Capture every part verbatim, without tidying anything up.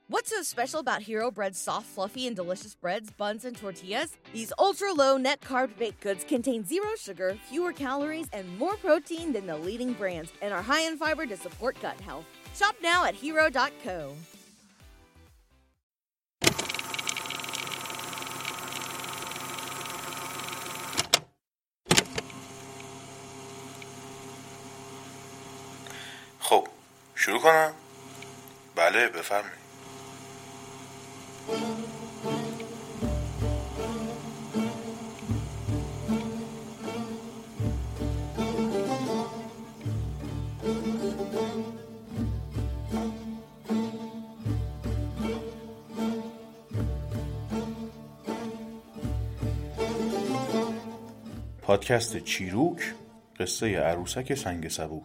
What's so special about Hero Bread's soft, fluffy, and delicious breads, buns, and tortillas? These ultra-low net-carb baked goods contain zero sugar, fewer calories, and more protein than the leading brands, and are high in fiber to support gut health. Shop now at hero dot co. خب شروع کنم؟ بله بفرمایید. پادکست چیروک، قصه عروسک سنگ صبور.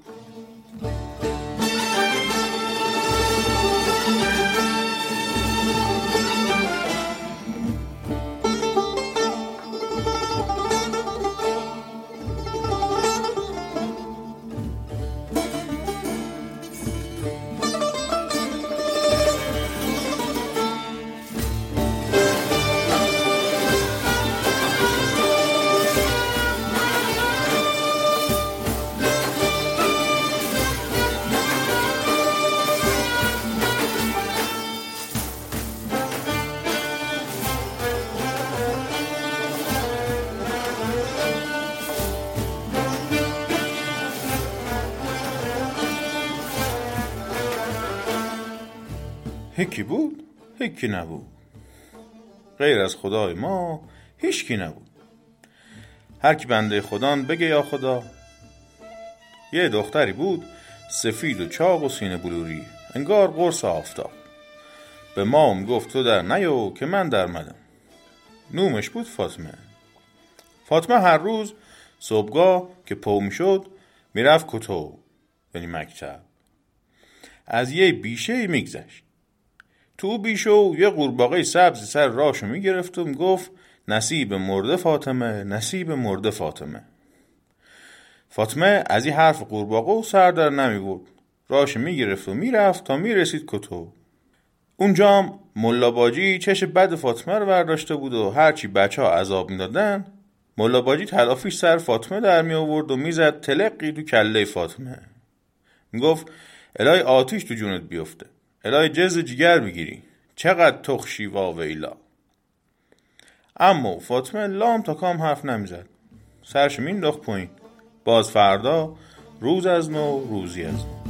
یکی بود، یکی نبود. غیر از خدای ما هیچ کی نبود. هر کی بنده خدان بگه یا خدا. یه دختری بود سفید و چاق و سینه بلوری، انگار قرص آفتاب. به مام گفت تو در نیو که من در مدم. نومش بود فاطمه. فاطمه هر روز صبحگاه که پو می شد میرفت کتو، یعنی مکتب. از یه بیشه میگذشت. تو بیشو یه قورباغه سبز سر راشو میگرفت و میگفت نصیب مرده فاطمه، نصیب مرده فاطمه. فاطمه از این حرف قورباغه سر در نمیبرد. راشو میگرفت و میرفت تا میرسید کتو. اونجام ملا باجی چش بد فاطمه رو برداشته بود و هرچی بچه ها عذاب میدادن ملا باجی تلافیش سر فاطمه در می آورد و میزد تلقی تو کله فاطمه. میگفت الهی آتیش تو جونت بیفته، الهی جز جگر بگیری، چقدر تخشی واویلا. اما فاطمه لام تا کام حرف نمیزد. سرش مینداخت پایین. باز فردا روز از نو روزی از نو.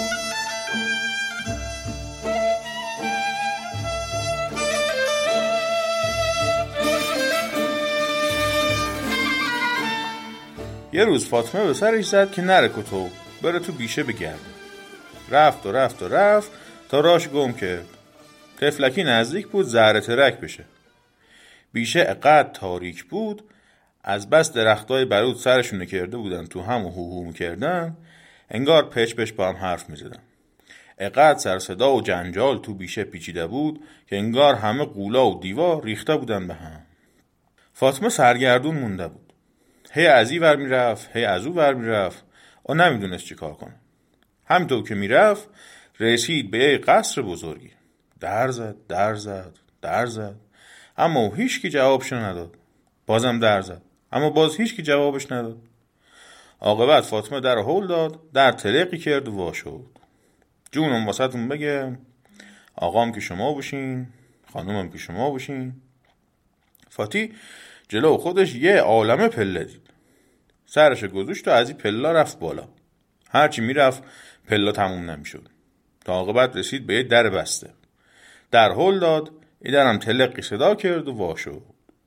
یه روز فاطمه به سرش زد که نره کتو، بره تو بیشه بگرده. رفت و رفت و رفت تا راش گم کرد. تفلکی نزدیک بود ذره ترک بشه. بیشه اقدر تاریک بود، از بس درختای برود سرشونه کرده بودن تو هم و هو هو میکردن، انگار پچ پچ با هم حرف میزدن. اقدر سر صدا و جنجال تو بیشه پیچیده بود که انگار همه قولا و دیوار ریخته بودن به هم. فاطمه سرگردون مونده بود. هی از این ور میرفت، هی از اون ور میرفت. او نمیدونست چی کار کنه. همینطور که میرفت رسید به یه قصر بزرگی. در زد، در زد، در زد، اما هیچ کی جوابشو نداد. بازم در زد، اما باز هیچ کی جوابش نداد. عاقبت فاطمه در هول داد، در تلقی کرد و وا شد. جونم واسهتون بگه، آقام که شما باشین، خانومم که شما باشین. فاتی جلو خودش یه عالمه پله دید. سرش گذاشت و از این پله رفت بالا. هرچی میرفت پله تموم نمیشد. تا عاقبت رسید به یه در بسته. در هول داد، این درم تلقی صدا کرد و وا شد.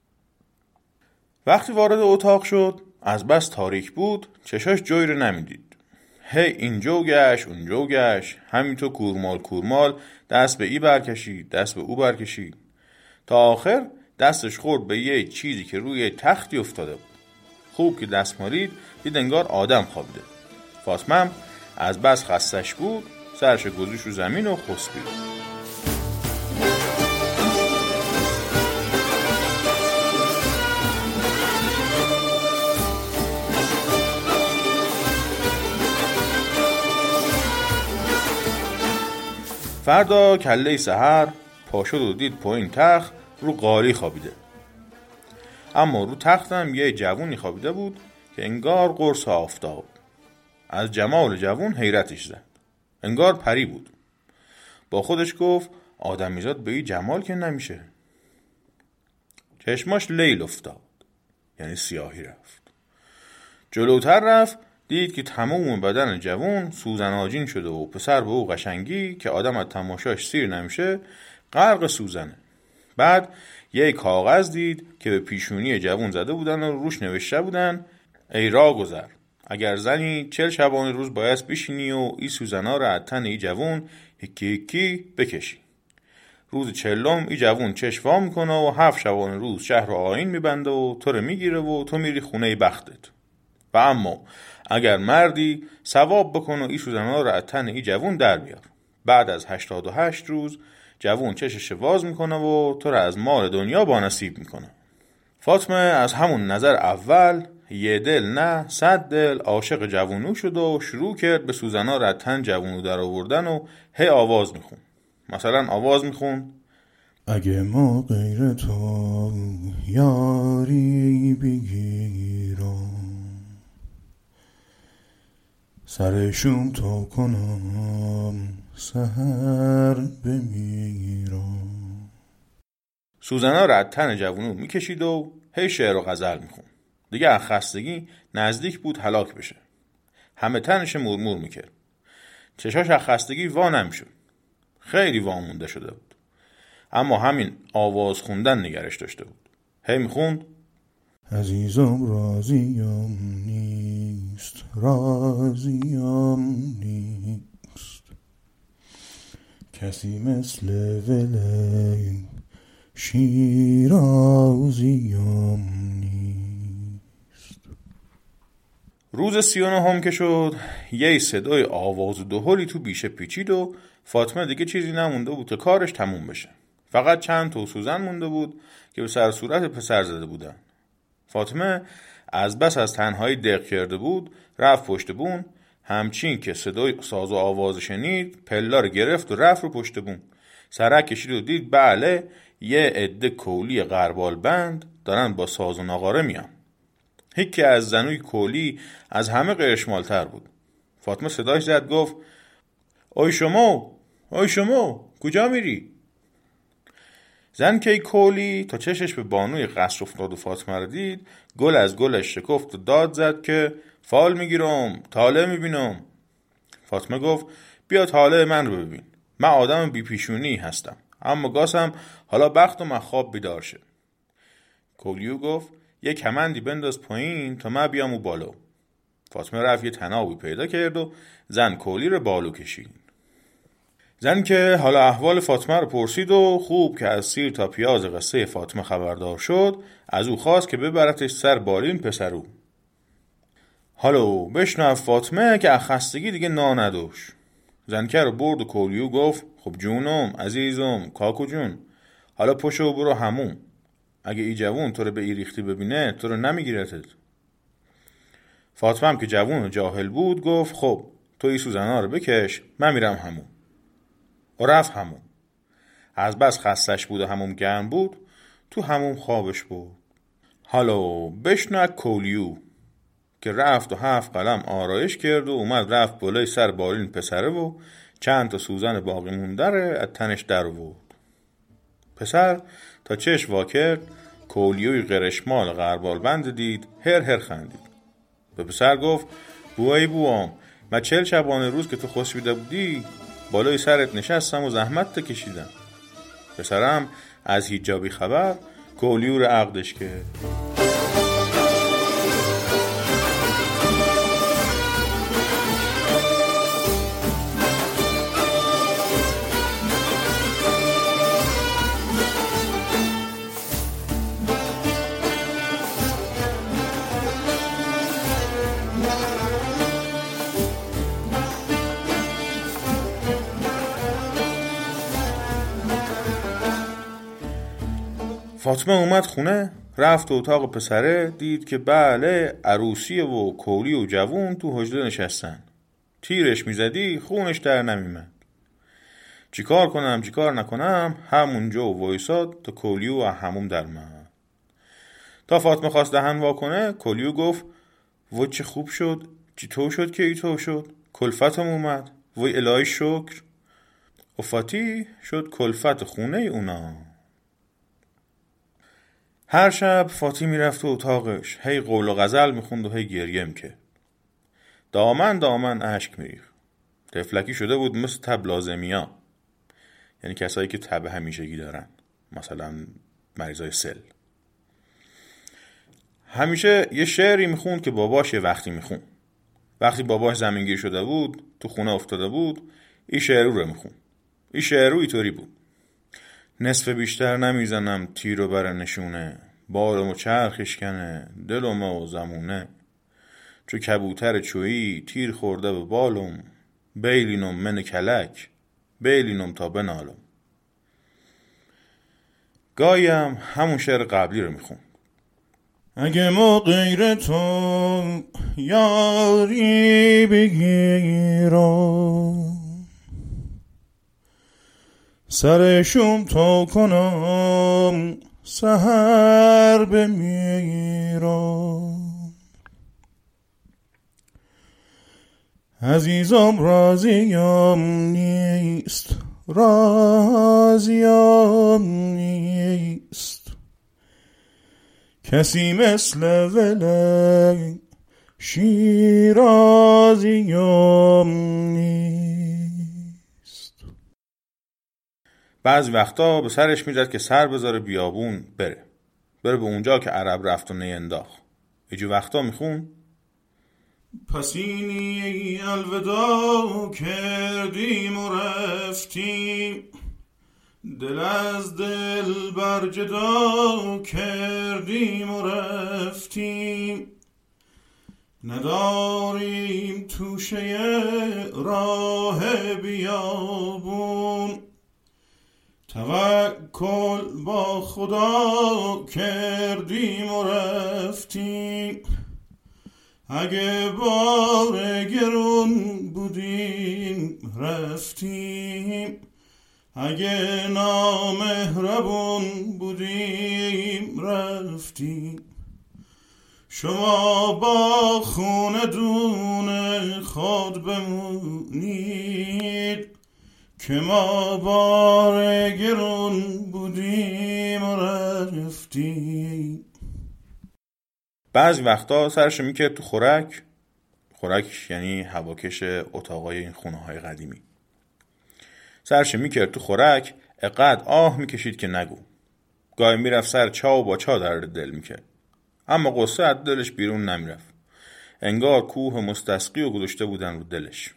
وقتی وارد اتاق شد، از بس تاریک بود، چشاش جوی رو نمیدید. هی اینجا گشت، اونجا گشت، همینطور کورمال کورمال دست به ای برکشید، دست به او برکشید. تا آخر دستش خورد به یه چیزی که روی تختی افتاده بود. خوب که دست مالید دید انگار آدم خوابیده. فاطمه از بس خستش بود، سرش گذاشت رو زمین و خسبید. فردا کله سحر پا شد و دید پایین تخت رو قالی خوابیده. اما رو تختم یه جوونی خوابیده بود که انگار قرص آفتاب. از جمال جوون حیرتش زد. انگار پری بود. با خودش گفت آدمیزاد به این جمال که نمیشه. چشماش لیل افتاد، یعنی سیاهی رفت. جلوتر رفت، دید که تمام بدن جوون سوزن آجین شده و پسر به او قشنگی که آدم از تماشاش سیر نمیشه غرق سوزنه. بعد یک کاغذ دید که به پیشونی جوون زده بودن و روش نوشته بودن ای را گذر، اگر زنی چل شبانه روز باید بشینی و ای سوزنا را از تن ای جوون یکی یکی بکشی. روز چلم ای جوون چشم وا میکنه و هفت شبانه روز شهر رو آیین میبنده و تو رو میگیره و تو میری خونه بختت. و اما اگر مردی ثواب بکن و ای سوزنا را از تن ای جوون در بیار. بعد از هشتاد و هشت روز جوون چشش واز میکنه و تو را از مال دنیا با نصیب میکنه. فاطمه از همون نظر اول یه دل نه صد دل عاشق جوونو شد و شروع کرد به سوزنا را از تن جوونو در آوردن و هی آواز میخون. مثلا آواز میخون اگه ما غیر تو یاری بگیرم، سرشون تا کنم سحر بمیرم. سوزنا را از تن جوونو میکشید و هی شعر و غزل میخون. دیگه از خستگی نزدیک بود هلاک بشه. همه تنش مرمور میکرد. چشاش از خستگی وا نمیشد. خیلی وامونده شده بود. اما همین آواز خوندن نگرش داشته بود. هی میخوند عزیزم راضیم نیست، راضیم نیست، کسی مثل ولی شیرازیم نیست. روز سی و نهم که شد یه صدای آواز و دهلی تو بیشه پیچید و فاطمه دیگه چیزی نمونده بود که کارش تموم بشه. فقط چند تا سوزن مونده بود که به سر صورت پسر زده بودن. فاطمه از بس از تنهایی دق کرده بود، رفت پشت بون. همچین که صدای ساز و آواز شنید پلا رو گرفت و رفت رو پشت بون. سرک کشید و دید بله یه عده کولی غربال بند دارن با ساز و ناقاره میان. یکی از زنوی کولی از همه قرشمالتر بود. فاطمه صداش زد، گفت اوی شما، اوی شما کجا میری؟ زن که کولی تا چشش به بانوی قصر افتاد و فاطمه رو دید، گل از گلش شکفت و داد زد که فال میگیرم، طالع میبینم. فاطمه گفت بیا طالع من رو ببین. من آدم بی پیشونی هستم، اما گاسم حالا بختم از خواب بیدار شه. کولیو گفت یک کمندی بنداز پایین تا من بیام و بالا. فاطمه رفت یه تنابی پیدا کرد و زن کولی رو بالو کشید. زن که حالا احوال فاطمه رو پرسید و خوب که از سیر تا پیاز قصه فاطمه خبردار شد، از او خواست که ببرتش سر بالین پسرو. حالا بشنو فاطمه که از خستگی دیگه نا ندوش. زنکه رو برد و کولیو گفت خب جونم عزیزم کاکو جون، حالا پشو و برو همون. اگه ای جوون تو رو به ای ریختی ببینه تو رو نمیگیرتت. فاطمه هم که جوون و جاهل بود گفت خب تو ای سوزنا رو بکش، من میرم همون. و رفت همون. از بس خستش بود و همون گرم بود، تو همون خوابش بود. حالا بشنو کولیو که رفت و هفت قلم آرایش کرد و اومد رفت بالای سر بالین پسره و چند تا سوزن باقی مونده رو از تنش در آورد. پسر تا چشم وا کرد کولیوی قرشمال غربال بند دید، هر هر خندید. به پسر گفت بوای بوام، من چل شبانه روز که تو خوشیده بودی بالای سرت نشستم و زحمت تا کشیدم. پسرم از هیچ جا بی خبر کولیو رو عقدش کرد. فاطمه اومد خونه، رفت تو اتاق پسره، دید که بله عروسیه و کولی و جوون تو حجره نشستن. تیرش میزدی خونش در نمیمد. چی کار کنم چی کار نکنم، همونجا و وایساد تا کلیو و هموم در من. تا فاطمه خواست دهن وا کنه، کلیو گفت وای چه خوب شد، چی تو شد که ای تو شد، کلفتم اومد، وای الهی شکر. افاتی شد کلفت خونه اونا. هر شب فاتی میرفت تو اتاقش، هی قول و غزل میخوند و هی گریه میکرد. دامن دامن اشک میریخت. تفلکی شده بود مثل تب لازمیا، یعنی کسایی که تب همیشگی دارن، مثلا مریضای سل. همیشه یه شعری میخوند که باباش یه وقتی میخوند. وقتی باباش زمینگیر شده بود، تو خونه افتاده بود، این شعرو رو میخوند. این شعرو اینطوری بود: نصف بیشتر نمیزنم تیر و بر نشونه، بالم و چرخش کنه دلم و زمونه، چو کبوتر چویی تیر خورده به بالم، بیلینم من کلک بیلینم تا بنالم. گایم همون شعر قبلی رو میخوند: اگه ما غیر تو یاری بگیرم، سرشم تا کنم سحر بمیرم. عزیزم راضیم نیست راضیم نیست، کسی مثل ولی شیرازیم نیست. بعضی وقتا به سرش میزد که سر بذاره بیابون بره بره به اونجا که عرب رفت و نینداخت. یه وقتا میخون: پسینی الوداع کردیم و رفتیم، دل از دل بر جدا کردیم و رفتیم، نداریم توشه راه بیابون، توکل با خدا کردیم و رفتیم، اگه بار گرون بودیم رفتیم، اگه نامهربون بودیم رفتیم. شما با خون دون خود بمونید که ما بار گرون بودیم رفتیم. بعضی وقتا سرشو میکرد تو خورک. خورک یعنی هواکش اتاقای این خونه های قدیمی. سرشو میکرد تو خورک، اقد آه میکشید که نگو. گاهی میرفت سر چا و با چا درد دل میکرد، اما قصه از دلش بیرون نمیرفت. انگار کوه مستسقی و گذاشته بودن رو دلش.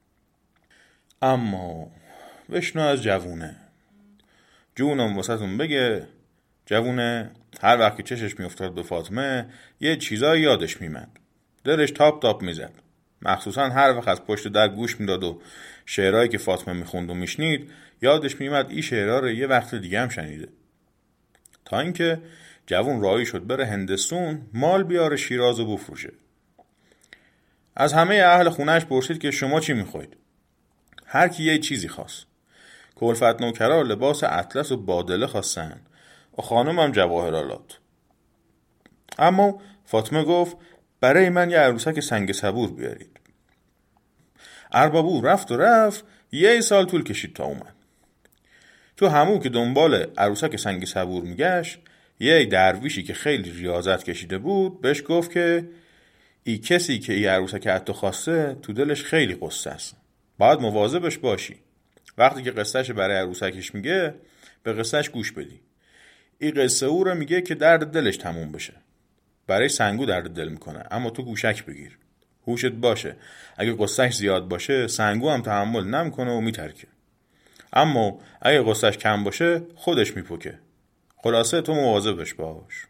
اما بشنو از جوونه. جونم واسهتون بگه، جوونه هر وقت که چشش میافتاد به فاطمه یه چیزایی یادش میمد. دلش تاپ تاپ میزد. مخصوصا هر وقت از پشت در گوش میداد و شعرهایی که فاطمه میخوند و میشنید یادش میمد این شعرها رو یه وقت دیگه هم شنیده. تا اینکه جوون راهی شد بره هندستون مال بیاره شیراز و بفروشه. از همه اهل خونهش پرسید که شما چی میخواید؟ هر کی یه چیزی خواست. کلفت نوکرا لباس اطلس و بادله خواستن و خانم هم جواهرالات. اما فاطمه گفت برای من یه عروسک سنگ صبور بیارید. اربابو رفت و رفت، یه سال طول کشید تا اومد. تو همون که دنبال عروسک سنگ صبور میگشت، یه درویشی که خیلی ریاضت کشیده بود بهش گفت که ای کسی که ای عروسک حتی خواسته تو دلش خیلی قصه است، باید مواظبش باشی. وقتی که قصهش برای عروسکش میگه به قصهش گوش بدی. این قصه او رو میگه که درد دلش تموم بشه. برای سنگو درد دل میکنه، اما تو گوشک بگیر. هوشت باشه اگه قصهش زیاد باشه سنگو هم تحمل نمیکنه و میترکه، اما اگه قصهش کم باشه خودش میپکه. خلاصه تو مواظبش باش.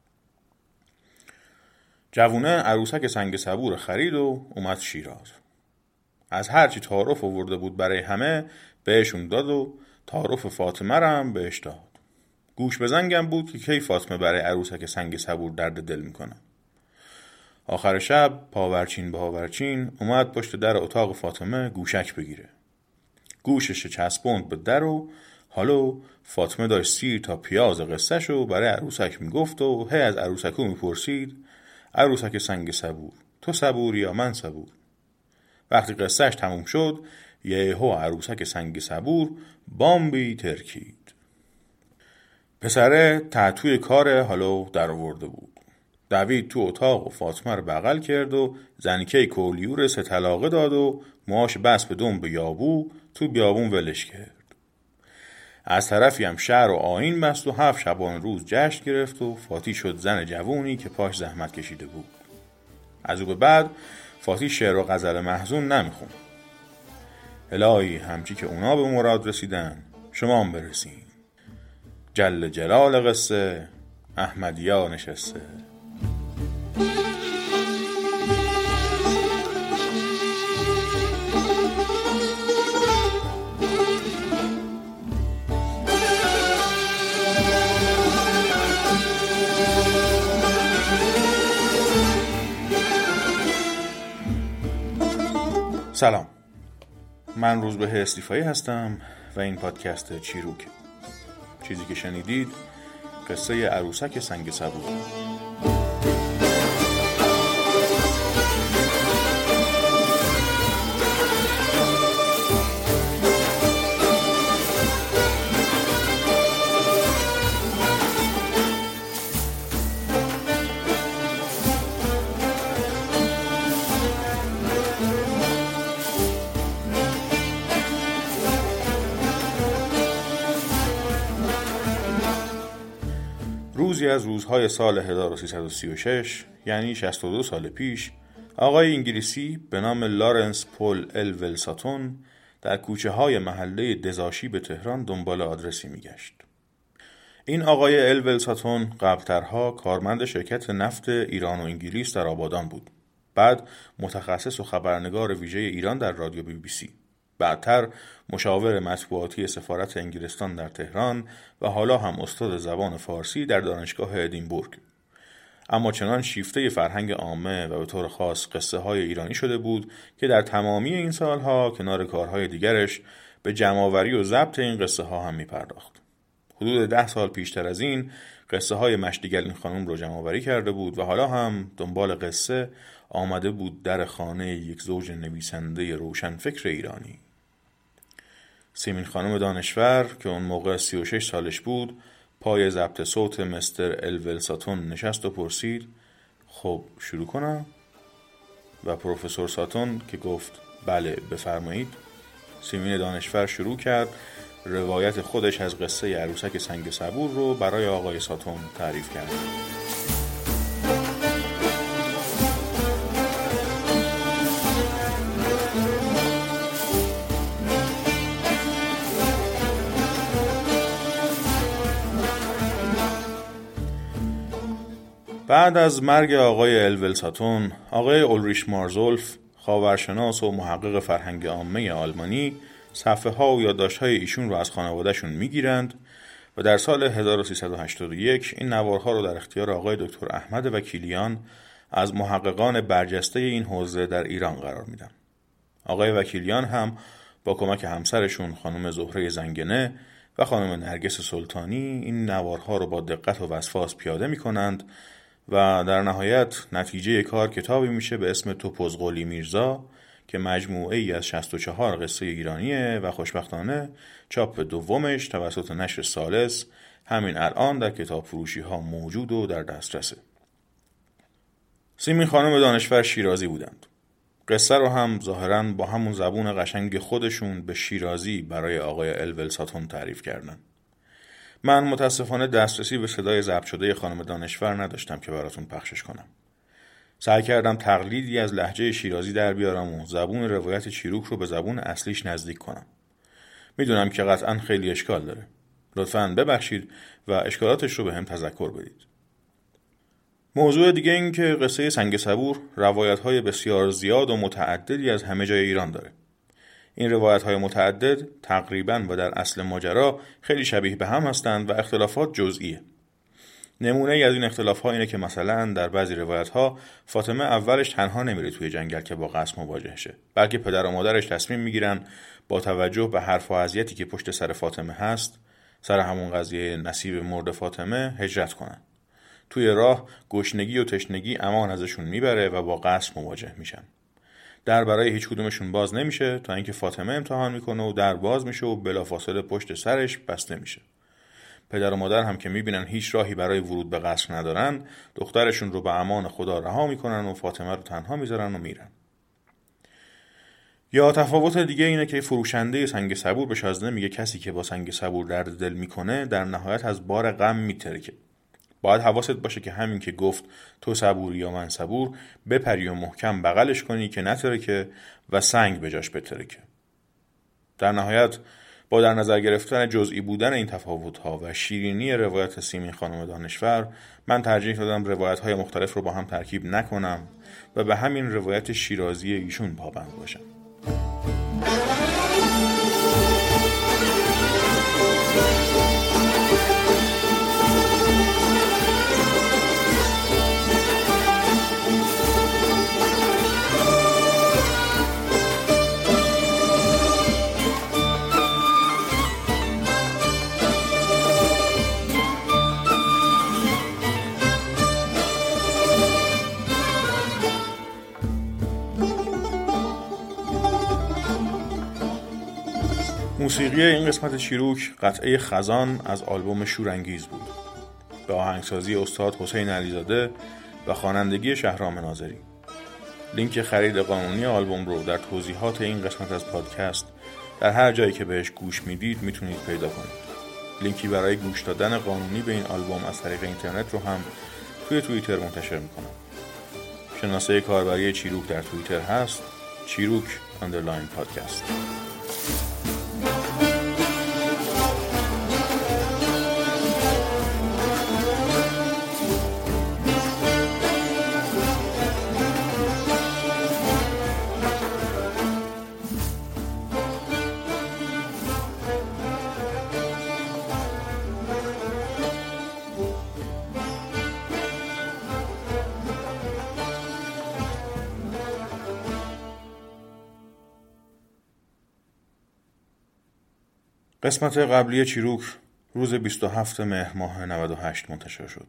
جوونه عروسک سنگ صبور خرید و اومد شیراز. از هرچی تعارف آورده بود برای همه بهشون داد و تعارف فاطمه رو هم بهش داد. گوش بزنگم بود که کی فاطمه برای عروسک سنگ صبور درد دل میکنه. آخر شب پاورچین به پاورچین اومد پشت در اتاق فاطمه گوشک بگیره. گوشش چسبوند به در و حالا فاطمه داشت سیر تا پیاز قصه شو برای عروسک میگفت و هی از عروسکو میپرسید عروسک سنگ صبور، تو صبور یا من صبور؟ وقتی قصهش تموم شد یهو عروسک سنگ صبور بامبی ترکید. پسره تعطوی کار حالا در آورده بود. دوید تو اتاق و فاطمه رو بغل کرد و زنکه کولیور سه طلاقه داد و موهاش بس به دم به یابو تو بیابون ولش کرد. از طرفی هم شعر و آیین بست و هفت شبان روز جشن گرفت و فاتی شد زن جوونی که پاش زحمت کشیده بود. از او به بعد فاتی شعر و غزل محزون نمیخون. الهی همچی که اونا به مراد رسیدن شما هم برسین. جل جلال قصه احمدیا نشسته. سلام، من روزبه استیفایی هستم و این پادکست چیروک. چیزی که شنیدید قصه عروسک سنگ صبور. روزی از روزهای سال هزار و سیصد و سی و شش یعنی شصت و دو سال پیش آقای انگلیسی به نام لارنس پول الول ساتون در کوچه های محله دزاشی به تهران دنبال آدرسی میگشت. این آقای الول ساتون قبلترها کارمند شرکت نفت ایران و انگلیس در آبادان بود. بعد متخصص و خبرنگار ویژه ایران در رادیو بی بی سی. بعدتر مشاور مطبوعاتی سفارت انگلستان در تهران و حالا هم استاد زبان فارسی در دانشگاه ادینبورگ. اما چنان شیفته فرهنگ عامه و به طور خاص قصه های ایرانی شده بود که در تمامی این سالها کنار کارهای دیگرش به جمع‌آوری و ضبط این قصه ها هم می پرداخت. حدود ده سال پیشتر از این قصه های مشتیگلین خانم رو جمع‌آوری کرده بود و حالا هم دنبال قصه آمده بود در خانه یک زوج نویسنده روشنفکر ایرانی. سیمین خانم دانشور که اون موقع سی و شش سالش بود پای ضبط صوت مستر الول ساتون نشست و پرسید خب شروع کنم؟ و پروفسور ساتون که گفت بله بفرمایید، سیمین دانشور شروع کرد روایت خودش از قصه عروسک سنگ صبور رو برای آقای ساتون تعریف کرد. بعد از مرگ آقای الول ساتون، آقای اولریش مارزولف، خاورشناس و محقق فرهنگ عامه آلمانی، صفحه ها و یادداشت های ایشون رو از خانوادهشون میگیرند و در سال هزار و سیصد و هشتاد و یک این نوارها رو در اختیار آقای دکتر احمد وکیلیان از محققان برجسته این حوزه در ایران قرار میدن. آقای وکیلیان هم با کمک همسرشون خانم زهره زنگنه و خانم نرگس سلطانی این نوارها رو با دقت و وسواس پیاده میکنند و در نهایت نتیجه کار کتابی میشه به اسم توپزقلی میرزا که مجموعه ای از شصت و چهار قصه ایرانیه و خوشبختانه چاپ دومش توسط نشر ثالث همین الان در کتاب فروشی ها موجود و در دسترسه. سیمین خانم دانشور شیرازی بودند. قصه رو هم ظاهراً با همون زبون قشنگ خودشون به شیرازی برای آقای الول ساتون تعریف کردن. من متاسفانه دسترسی به صدای ضبط شده خانم دانشور نداشتم که براتون پخشش کنم. سعی کردم تقلیدی از لهجه شیرازی در بیارم و زبون روایت چیروک رو به زبون اصلیش نزدیک کنم. میدونم که قطعاً خیلی اشکال داره. لطفاً ببخشید و اشکالاتش رو به هم تذکر بدید. موضوع دیگه این که قصه سنگ صبور روایت‌های بسیار زیاد و متعددی از همه جای ایران داره. این روایت‌های متعدد تقریباً و در اصل ماجرا خیلی شبیه به هم هستند و اختلافات جزئیه. نمونه ای از این اختلاف‌ها اینه که مثلا در بعضی روایت‌ها فاطمه اولش تنها نمیره توی جنگل که با قصد مواجه شه، بلکه پدر و مادرش تصمیم میگیرن با توجه به حرف و اذیتی که پشت سر فاطمه هست، سر همون قضیه نصیب مرد فاطمه، هجرت کنن. توی راه گشنگی و تشنگی امان ازشون میبره و با قصر مواجه میشن. در برای هیچ کدومشون باز نمیشه تا اینکه فاطمه امتحان میکنه و در باز میشه و بلافاصله پشت سرش بسته میشه. پدر و مادر هم که میبینن هیچ راهی برای ورود به قصر ندارن، دخترشون رو به امان خدا رها میکنن و فاطمه رو تنها میذارن و میرن. یا تفاوت دیگه اینه که فروشنده سنگ صبور به شازده میگه کسی که با سنگ صبور درد دل میکنه در نهایت از بار غم میترکه. باید حواست باشه که همین که گفت تو صبوری یا من صبور، بپری و محکم بغلش کنی که نترکه و سنگ به جاش بترکه. در نهایت با در نظر گرفتن جزئی بودن این تفاوت‌ها و شیرینی روایت سیمین خانم دانشور، من ترجیح دادم روایت‌های مختلف رو با هم ترکیب نکنم و به همین روایت شیرازی ایشون پابند باشم. موسیقی این قسمت چیروک قطعه خزان از آلبوم شورانگیز بود، به آهنگسازی استاد حسین علیزاده و خوانندگی شهرام ناظری. لینک خرید قانونی آلبوم رو در توضیحات این قسمت از پادکست در هر جایی که بهش گوش میدید میتونید پیدا کنید. لینکی برای گوش دادن قانونی به این آلبوم از طریق اینترنت رو هم توی توییتر منتشر میکنم. شناسه کاربری چیروک در توییتر هست چیروک اندرلاین پادکست. قسمت قبلی چیروک روز بیست و هفتم مهر ماه نود و هشت منتشر شد.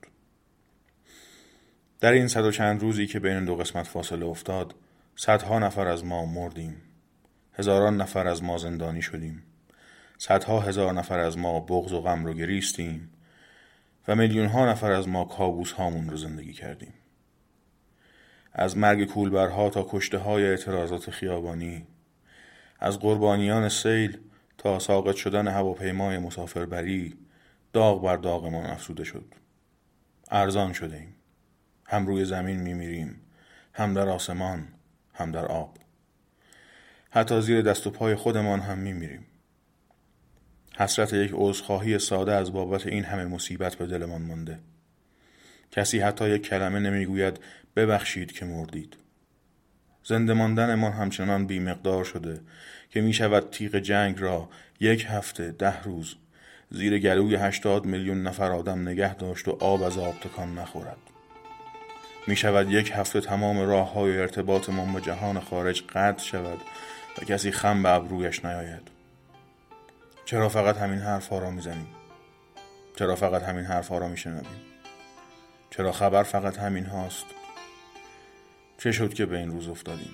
در این صد و چند روزی که بین دو قسمت فاصله افتاد، صدها نفر از ما مردیم، هزاران نفر از ما زندانی شدیم، صدها هزار نفر از ما بغض و غم رو گریستیم و میلیون ها نفر از ما کابوس هامون رو زندگی کردیم. از مرگ کولبرها تا کشته های اعتراضات خیابانی، از قربانیان سیل تا ساقط شدن هواپیمای مسافربری، داغ بر داغمان افزوده شد. ارزان شدیم، هم روی زمین میمیریم، هم در آسمان، هم در آب. حتی زیر دست و پای خودمان هم میمیریم. حسرت یک عذرخواهی ساده از بابت این همه مصیبت به دلمان مانده. کسی حتی یک کلمه نمیگوید ببخشید که مردید. زنده ماندنمان همچنان بی مقدار شده که می شود تیغ جنگ را یک هفته ده روز زیر گلوی هشتاد میلیون نفر آدم نگه داشت و آب از آب تکان نخورد. می شود یک هفته تمام راه های ارتباطمان با جهان خارج قطع شود و کسی خم به ابرویش نیاید. چرا فقط همین حرف ها را می زنیم؟ چرا فقط همین حرف ها را می شنویم؟ چرا خبر فقط همین هاست؟ چه شد که به این روز افتادیم؟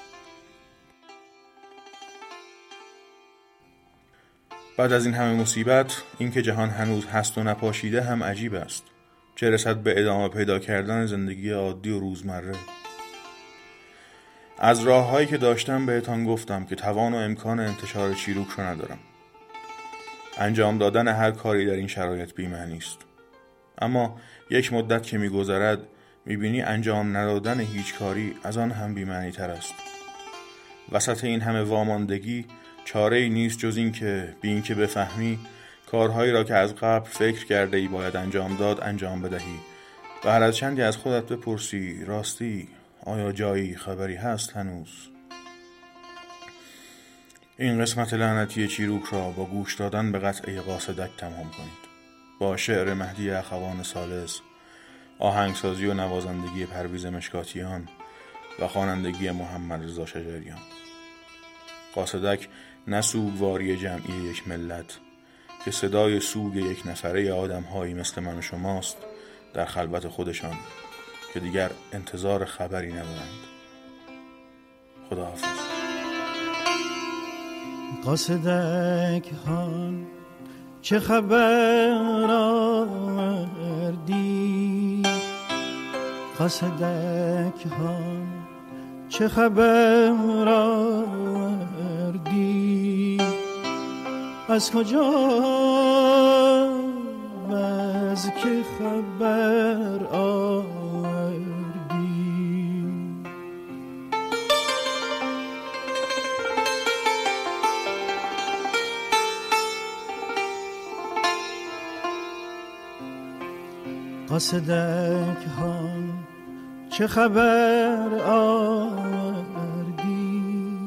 بعد از این همه مصیبت، این که جهان هنوز هست و نپاشیده هم عجیب است. چه رسد به ادامه پیدا کردن زندگی عادی و روزمره. از راه‌هایی که داشتم بهتان گفتم که توان و امکان انتشار چیروک رو ندارم. انجام دادن هر کاری در این شرایط بی‌معنی است. اما یک مدت که می‌گذرد می‌بینی انجام ندادن هیچ کاری از آن هم بی‌معنی تر است. وسط این همه واماندگی چاره‌ای نیست جز این که بی این که بفهمی کارهایی را که از قبل فکر کرده ای باید انجام داد انجام بدهی و هر از چندی از خودت بپرسی راستی آیا جایی خبری هست هنوز؟ این قسمت لعنتی چیروک را با گوش دادن به قطعه قاصدک تمام کنید. با شعر مهدی اخوان ثالث، آهنگسازی و نوازندگی پرویز مشکاتیان و خوانندگی محمد رضا شجریان. قاصدک نه سوگواری جمعی یک ملت که صدای سوگ یک نفره آدم هایی مثل من و شماست در خلوت خودشان که دیگر انتظار خبری ندارند. خداحافظ. قاصدک هان چه خبر آوردی، قاصدک هان چه خبر آوردی، از کجا و از که خبر آوردی. قاصدک هان چه خبر آوردی،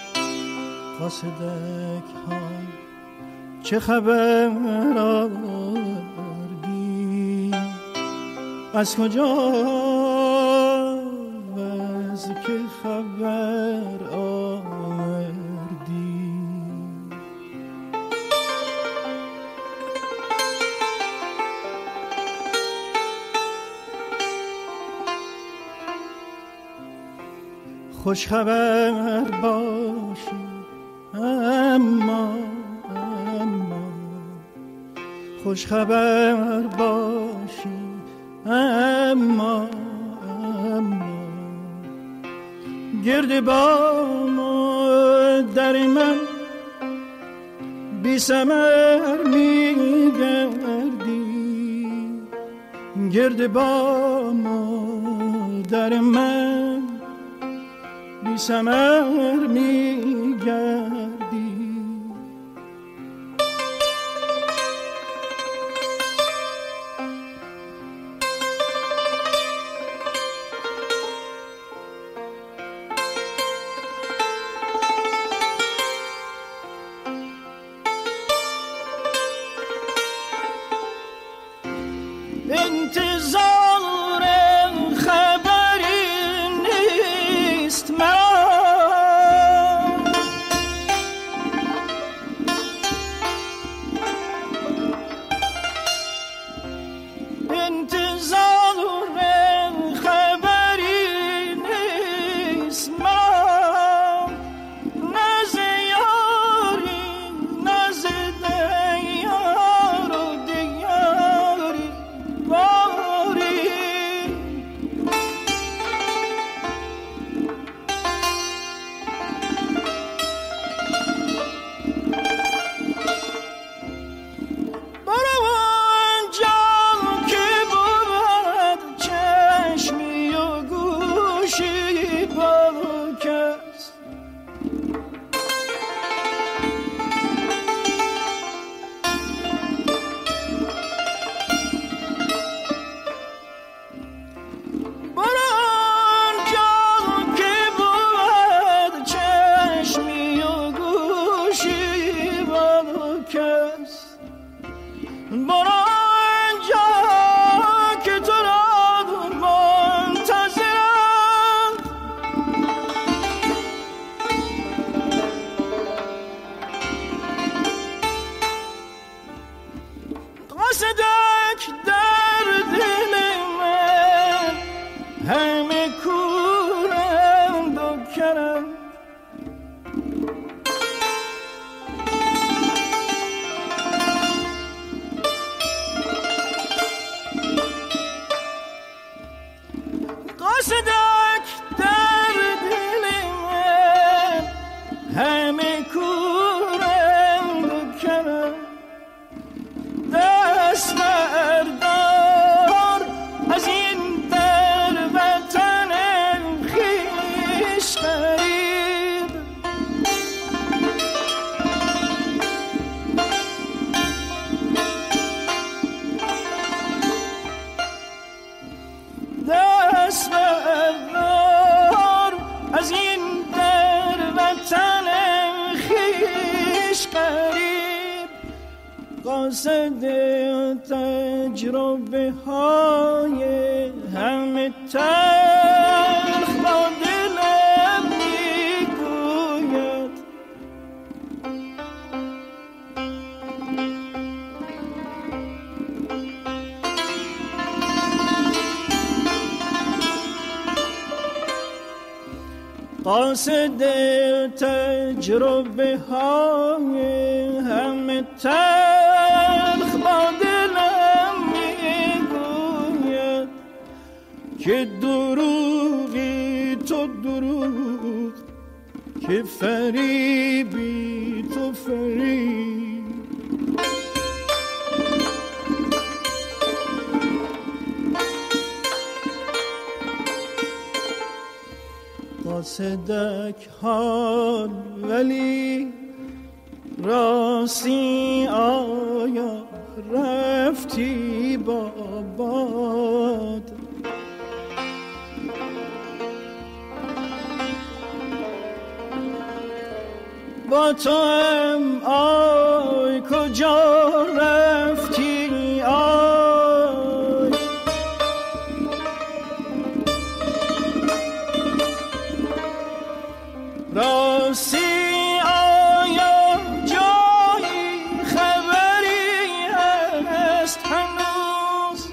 قاصدک هان چه خبر آوردی، از کجا و از که خبر آوردی. خوش خبر باشی اما اما، خوش خبر باشی اما اما، گرد بام در من بی ثمر می گردی، گرد بام در من بی ثمر می گردی. انتظار خبری نیست من، انتظار خبری نیست من، نز یاری نز دیار و دیاری باری. برو آنجا که بود چشمی و گوشی با کس، برو آنجا که بود چشمی و گوشی با کس، برو آنجا که تو را منتظرم، قاصدک در دل من همه کورند و کرم، قاصدک در دل من همه کورند و کرم، دست بردار از این در وطن خویش غریب، دست بردار از این در وطن خویش غریب. قاصد تجربه های همه تلخ با دلم میگوید، قاصد تجربه های همه تلخ با دلم میگوید که دروغی تو دروغ، که فریبی تو فریب. قاصدک حال ولی راستی آیا رفتی با باد؟ با تو هم آی کجا رفتی آی؟ راستی آیا جایی خبری هست هنوز؟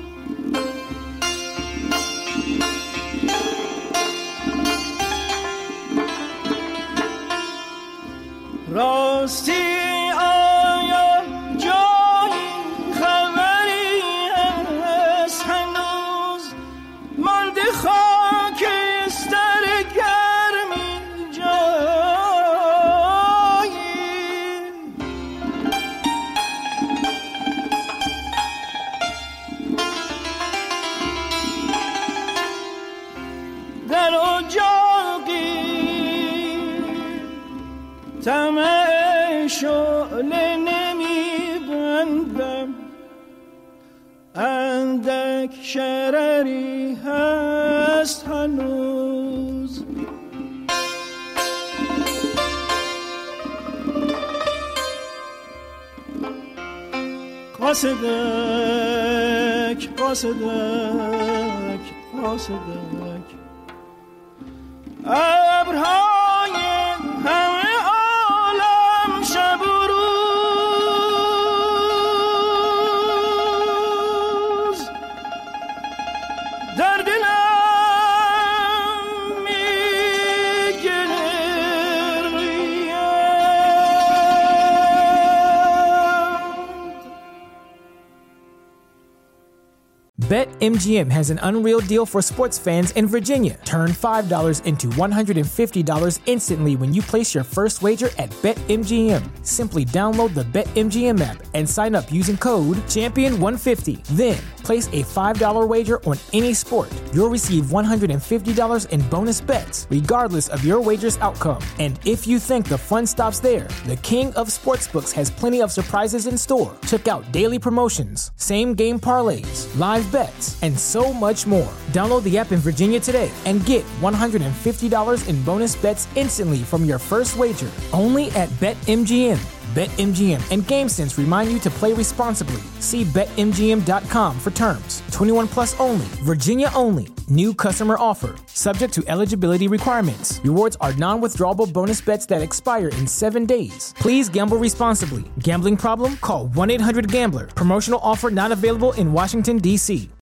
راستی آیا جایی خبری هست هنوز؟ مانده خاکستر گرمی جایی؟ در اجاقی طمع شعله نمی بندم، اندک شرری هست هنوز. قاصدک قاصدک قاصدک ابرهای همه عالم شب و روز در دلم میگریند. BetMGM has an unreal deal for sports fans in Virginia. Turn five dollars into one hundred fifty dollars instantly when you place your first wager at BetMGM. Simply download the BetMGM app and sign up using code champion one fifty. Then, place a five dollars wager on any sport. You'll receive one hundred fifty dollars in bonus bets, regardless of your wager's outcome. And if you think the fun stops there, the king of sportsbooks has plenty of surprises in store. Check out daily promotions, same-game parlays, live bets, and so much more. Download the app in Virginia today and get one hundred fifty dollars in bonus bets instantly from your first wager. Only at BetMGM. BetMGM and GameSense remind you to play responsibly. See Bet M G M dot com for terms. twenty-one plus only. Virginia only. New customer offer. Subject to eligibility requirements. Rewards are non-withdrawable bonus bets that expire in seven days. Please gamble responsibly. Gambling problem? Call one eight hundred gambler. Promotional offer not available in Washington, D C